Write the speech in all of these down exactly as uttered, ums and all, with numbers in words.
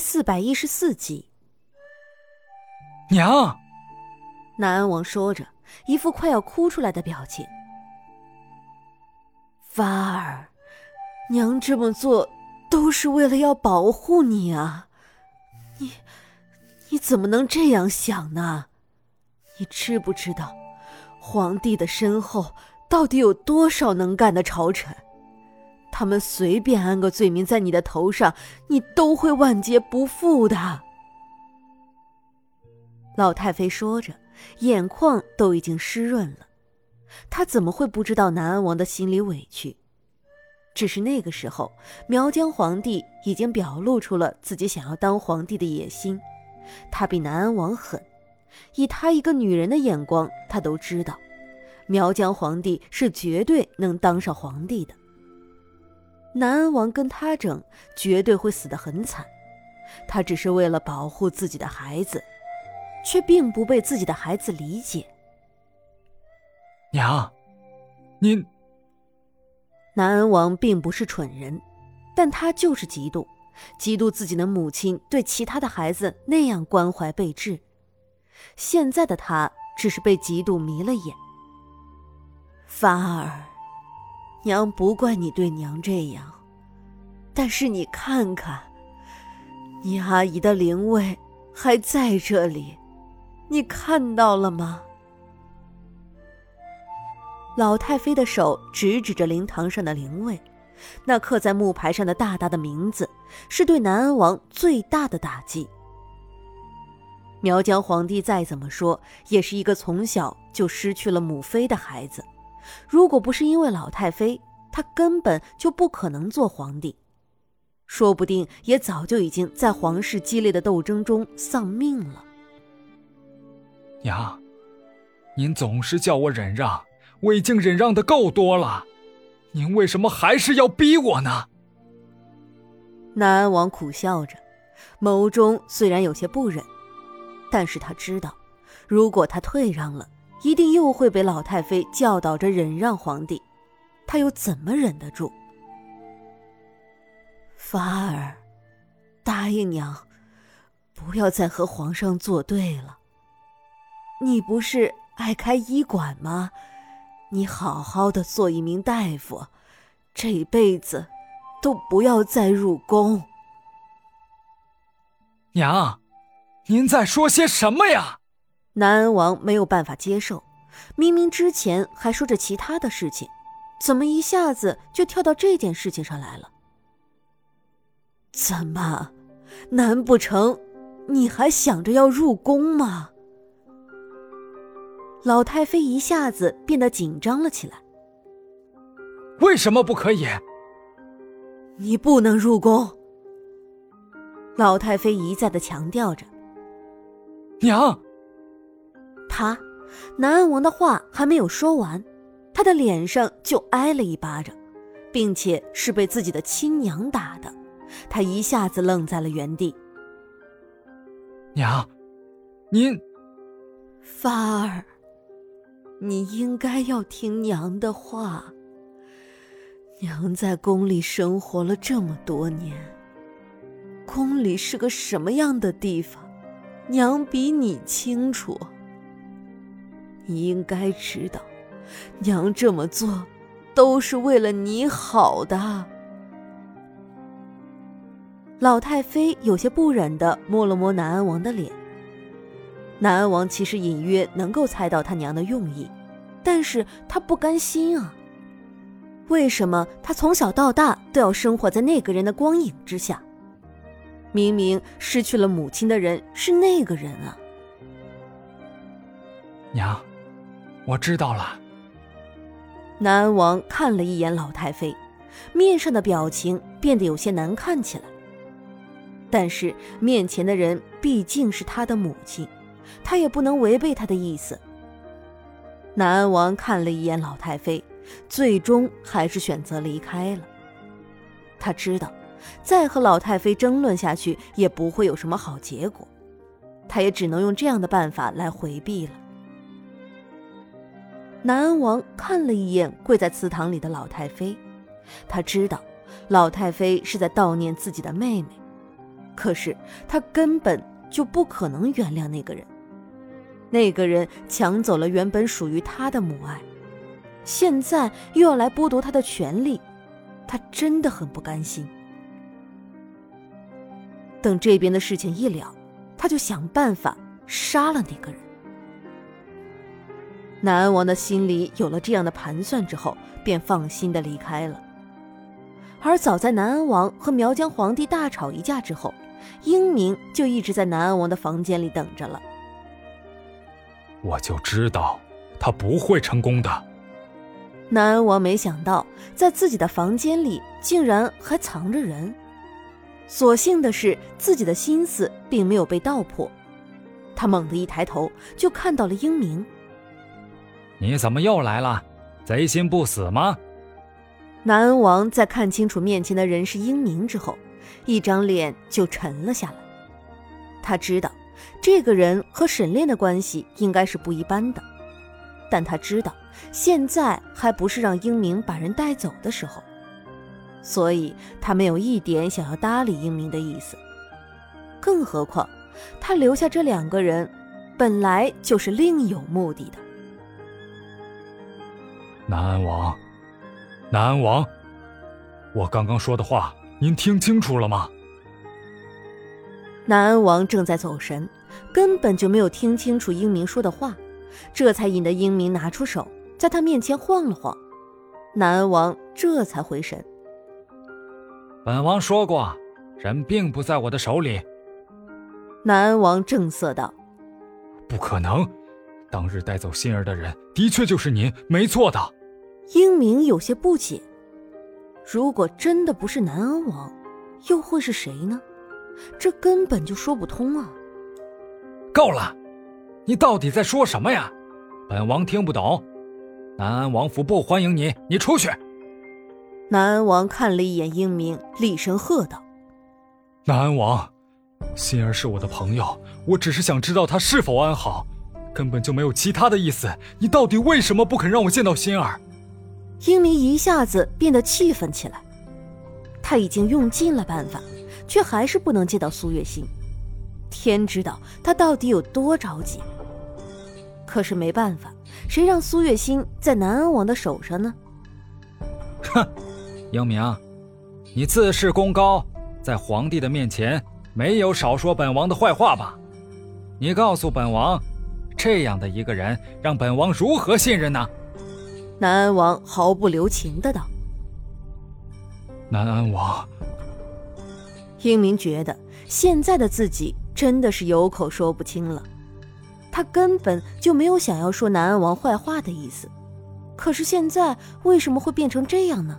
四百一十四集。 娘！ 南安王说着，一副快要哭出来的表情。发儿，娘这么做都是为了要保护你啊，你你怎么能这样想呢？你知不知道皇帝的身后到底有多少能干的朝臣？他们随便安个罪名在你的头上，你都会万劫不复的。老太妃说着，眼眶都已经湿润了。她怎么会不知道南安王的心里委屈？只是那个时候，苗疆皇帝已经表露出了自己想要当皇帝的野心。他比南安王狠，以他一个女人的眼光，他都知道苗疆皇帝是绝对能当上皇帝的。南安王跟他争，绝对会死得很惨。他只是为了保护自己的孩子，却并不被自己的孩子理解。 娘，您…… 南安王并不是蠢人，但他就是嫉妒，嫉妒自己的母亲对其他的孩子那样关怀备至。现在的他只是被嫉妒迷了眼。发儿，娘不怪你对娘这样，但是你看看，你阿姨的灵位还在这里，你看到了吗？老太妃的手直指着灵堂上的灵位，那刻在木牌上的大大的名字，是对南安王最大的打击。苗疆皇帝再怎么说，也是一个从小就失去了母妃的孩子。如果不是因为老太妃，他根本就不可能做皇帝，说不定也早就已经在皇室激烈的斗争中丧命了。 娘，您总是叫我忍让，我已经忍让的够多了，您为什么还是要逼我呢？ 南安王苦笑着，眸中虽然有些不忍，但是他知道，如果他退让了，一定又会被老太妃教导着忍让皇帝，他又怎么忍得住？发儿，答应娘，不要再和皇上作对了。你不是爱开医馆吗？你好好的做一名大夫，这辈子都不要再入宫。 娘，您在说些什么呀？ 南安王没有办法接受，明明之前还说着其他的事情，怎么一下子就跳到这件事情上来了？怎么，难不成你还想着要入宫吗？老太妃一下子变得紧张了起来。 为什么不可以？ 你不能入宫。老太妃一再地强调着。 娘！ 他，南安王的话还没有说完，他的脸上就挨了一巴掌，并且是被自己的亲娘打的。他一下子愣在了原地。 娘，您…… 发儿，你应该要听娘的话。娘在宫里生活了这么多年，宫里是个什么样的地方，娘比你清楚。你应该知道，娘这么做都是为了你好的。老太妃有些不忍地摸了摸南安王的脸。南安王其实隐约能够猜到他娘的用意，但是他不甘心啊。为什么他从小到大都要生活在那个人的光影之下？明明失去了母亲的人是那个人啊。 娘，我知道了。 南安王看了一眼老太妃，面上的表情变得有些难看起来。但是面前的人毕竟是他的母亲，他也不能违背他的意思。南安王看了一眼老太妃，最终还是选择离开了。他知道再和老太妃争论下去也不会有什么好结果，他也只能用这样的办法来回避了。南安王看了一眼跪在祠堂里的老太妃，他知道老太妃是在悼念自己的妹妹， 可是他根本就不可能原谅那个人。那个人抢走了原本属于他的母爱，现在又要来剥夺他的权利，他真的很不甘心。等这边的事情一了，他就想办法杀了那个人。南安王的心里有了这样的盘算之后，便放心地离开了。而早在南安王和苗疆皇帝大吵一架之后，英明就一直在南安王的房间里等着了。 我就知道他不会成功的。 南安王没想到在自己的房间里竟然还藏着人，所幸的是自己的心思并没有被道破。他猛地一抬头就看到了英明。 你怎么又来了？贼心不死吗？ 南安王在看清楚面前的人是英明之后，一张脸就沉了下来。他知道这个人和沈炼的关系应该是不一般的，但他知道现在还不是让英明把人带走的时候，所以他没有一点想要搭理英明的意思。更何况他留下这两个人本来就是另有目的的。 南安王，南安王，我刚刚说的话您听清楚了吗？ 南安王正在走神，根本就没有听清楚英明说的话，这才引得英明拿出手在他面前晃了晃。南安王这才回神。 本王说过，人并不在我的手里。 南安王正色道。 不可能，当日带走心儿的人的确就是您，没错的。 英明有些不解，如果真的不是南安王，又会是谁呢？这根本就说不通啊。 够了，你到底在说什么呀？本王听不懂。南安王府不欢迎你，你出去。 南安王看了一眼英明，厉声喝道。 南安王，心儿是我的朋友，我只是想知道她是否安好，根本就没有其他的意思。你到底为什么不肯让我见到心儿？ 英明一下子变得气愤起来，他已经用尽了办法，却还是不能见到苏月心。天知道他到底有多着急。可是没办法，谁让苏月心在南安王的手上呢？ 哼，英明，你自恃功高，在皇帝的面前没有少说本王的坏话吧？你告诉本王，这样的一个人让本王如何信任呢？ 南安王毫不留情地道。 南安王， 英明觉得现在的自己真的是有口说不清了。他根本就没有想要说南安王坏话的意思，可是现在为什么会变成这样呢？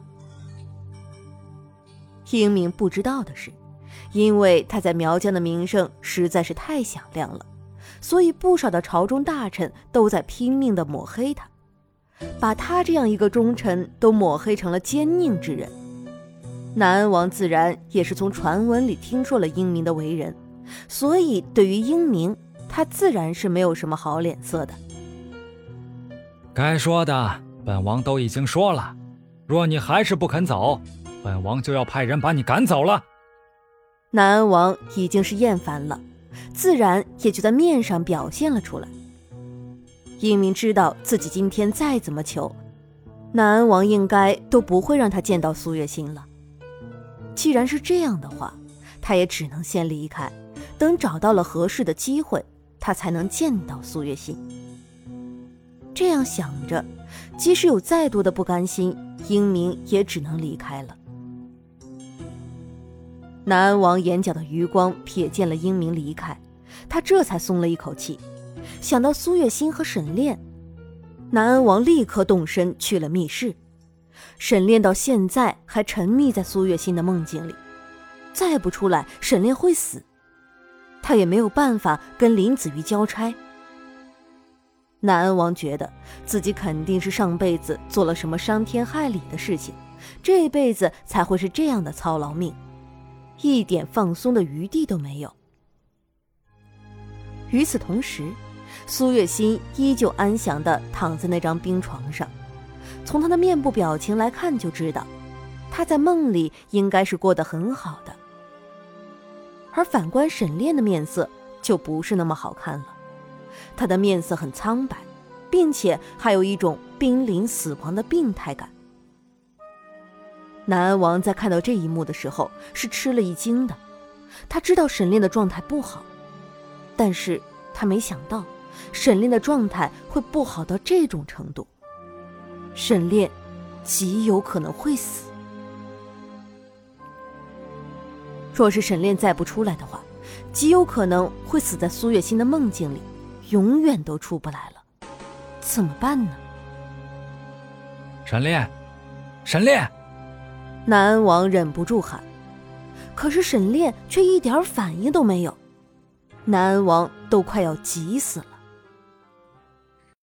英明不知道的是，因为他在苗疆的名声实在是太响亮了，所以不少的朝中大臣都在拼命地抹黑他，把他这样一个忠臣都抹黑成了奸佞之人。南安王自然也是从传闻里听说了英明的为人，所以对于英明，他自然是没有什么好脸色的。 该说的本王都已经说了，若你还是不肯走，本王就要派人把你赶走了。 南安王已经是厌烦了，自然也就在面上表现了出来。英明知道自己今天再怎么求，南安王应该都不会让他见到苏月心了。既然是这样的话，他也只能先离开，等找到了合适的机会，他才能见到苏月心。这样想着，即使有再多的不甘心，英明也只能离开了。南安王眼角的余光瞥见了英明离开，他这才松了一口气。想到苏月心和沈炼，南安王立刻动身去了密室。沈炼到现在还沉迷在苏月心的梦境里，再不出来沈炼会死，他也没有办法跟林子瑜交差。南安王觉得自己肯定是上辈子做了什么伤天害理的事情，这辈子才会是这样的操劳命，一点放松的余地都没有。与此同时，苏月心依旧安详地躺在那张冰床上，从她的面部表情来看就知道，她在梦里应该是过得很好的。 而反观沈炼的面色就不是那么好看了，他的面色很苍白，并且还有一种濒临死亡的病态感。南安王在看到这一幕的时候是吃了一惊的，他知道沈炼的状态不好，但是他没想到沈炼的状态会不好到这种程度，沈炼极有可能会死。若是沈炼再不出来的话，极有可能会死在苏月心的梦境里，永远都出不来了。怎么办呢？ 沈炼，沈炼！ 南安王忍不住喊，可是沈炼却一点反应都没有。南安王都快要急死了。